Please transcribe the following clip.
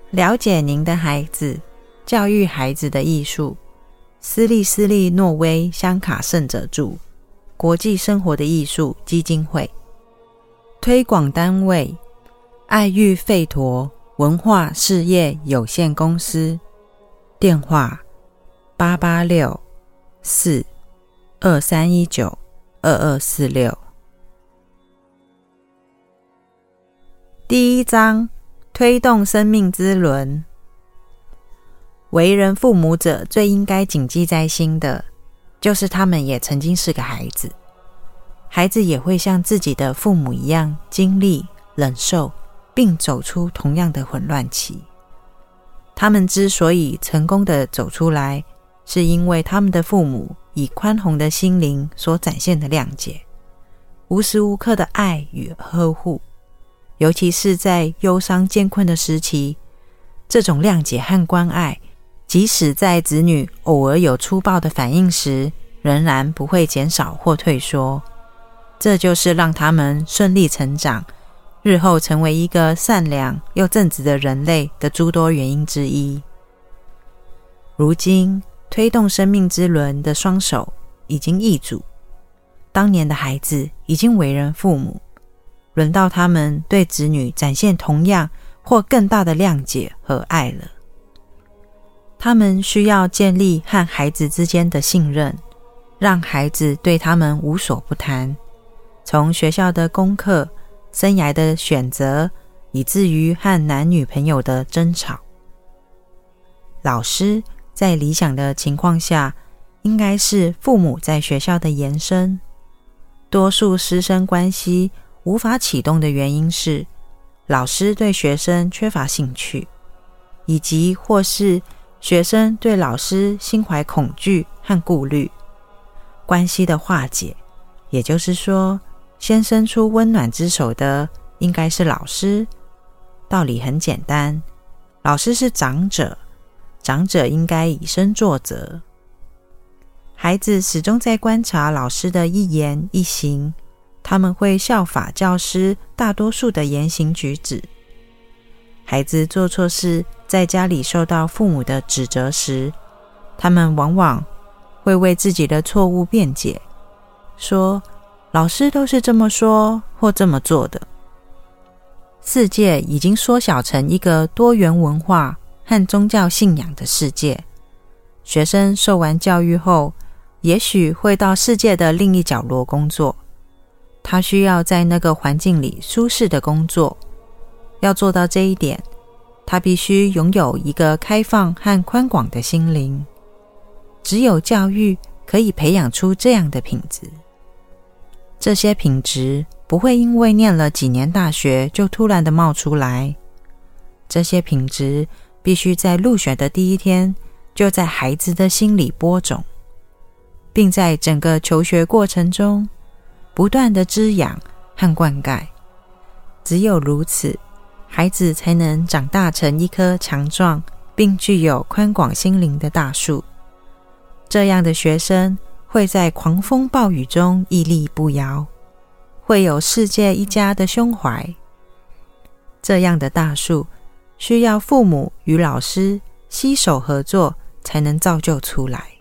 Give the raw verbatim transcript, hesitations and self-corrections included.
了解您的孩子，教育孩子的艺术。斯利斯利诺威香卡圣者著，国际生活的艺术基金会。推广单位：爱育费陀文化事业有限公司。电话：八八六四二三一九二二四六。第一章：推动生命之轮。为人父母者最应该谨记在心的，就是他们也曾经是个孩子，孩子也会像自己的父母一样经历、忍受，并走出同样的混乱期。他们之所以成功地走出来，是因为他们的父母以宽宏的心灵所展现的谅解，无时无刻的爱与呵护，尤其是在忧伤艰困的时期，这种谅解和关爱，即使在子女偶尔有粗暴的反应时，仍然不会减少或退缩。这就是让他们顺利成长，日后成为一个善良又正直的人类的诸多原因之一。如今，推动生命之轮的双手已经易主，当年的孩子已经为人父母，轮到他们对子女展现同样或更大的谅解和爱了。他们需要建立和孩子之间的信任，让孩子对他们无所不谈，从学校的功课、生涯的选择，以至于和男女朋友的争吵。老师在理想的情况下，应该是父母在学校的延伸。多数师生关系无法启动的原因是，老师对学生缺乏兴趣，以及或是学生对老师心怀恐惧和顾虑。关系的化解，也就是说，先伸出温暖之手的应该是老师。道理很简单，老师是长者，长者应该以身作则。孩子始终在观察老师的一言一行，他们会效法教师大多数的言行举止。孩子做错事，在家里受到父母的指责时，他们往往会为自己的错误辩解，说老师都是这么说或这么做的。世界已经缩小成一个多元文化和宗教信仰的世界。学生受完教育后，也许会到世界的另一角落工作，他需要在那个环境里舒适的工作。要做到这一点，他必须拥有一个开放和宽广的心灵。只有教育可以培养出这样的品质。这些品质不会因为念了几年大学就突然的冒出来，这些品质必须在入学的第一天就在孩子的心里播种，并在整个求学过程中不断的滋养和灌溉。只有如此，孩子才能长大成一棵强壮并具有宽广心灵的大树。这样的学生会在狂风暴雨中屹立不摇，会有世界一家的胸怀。这样的大树需要父母与老师携手合作才能造就出来。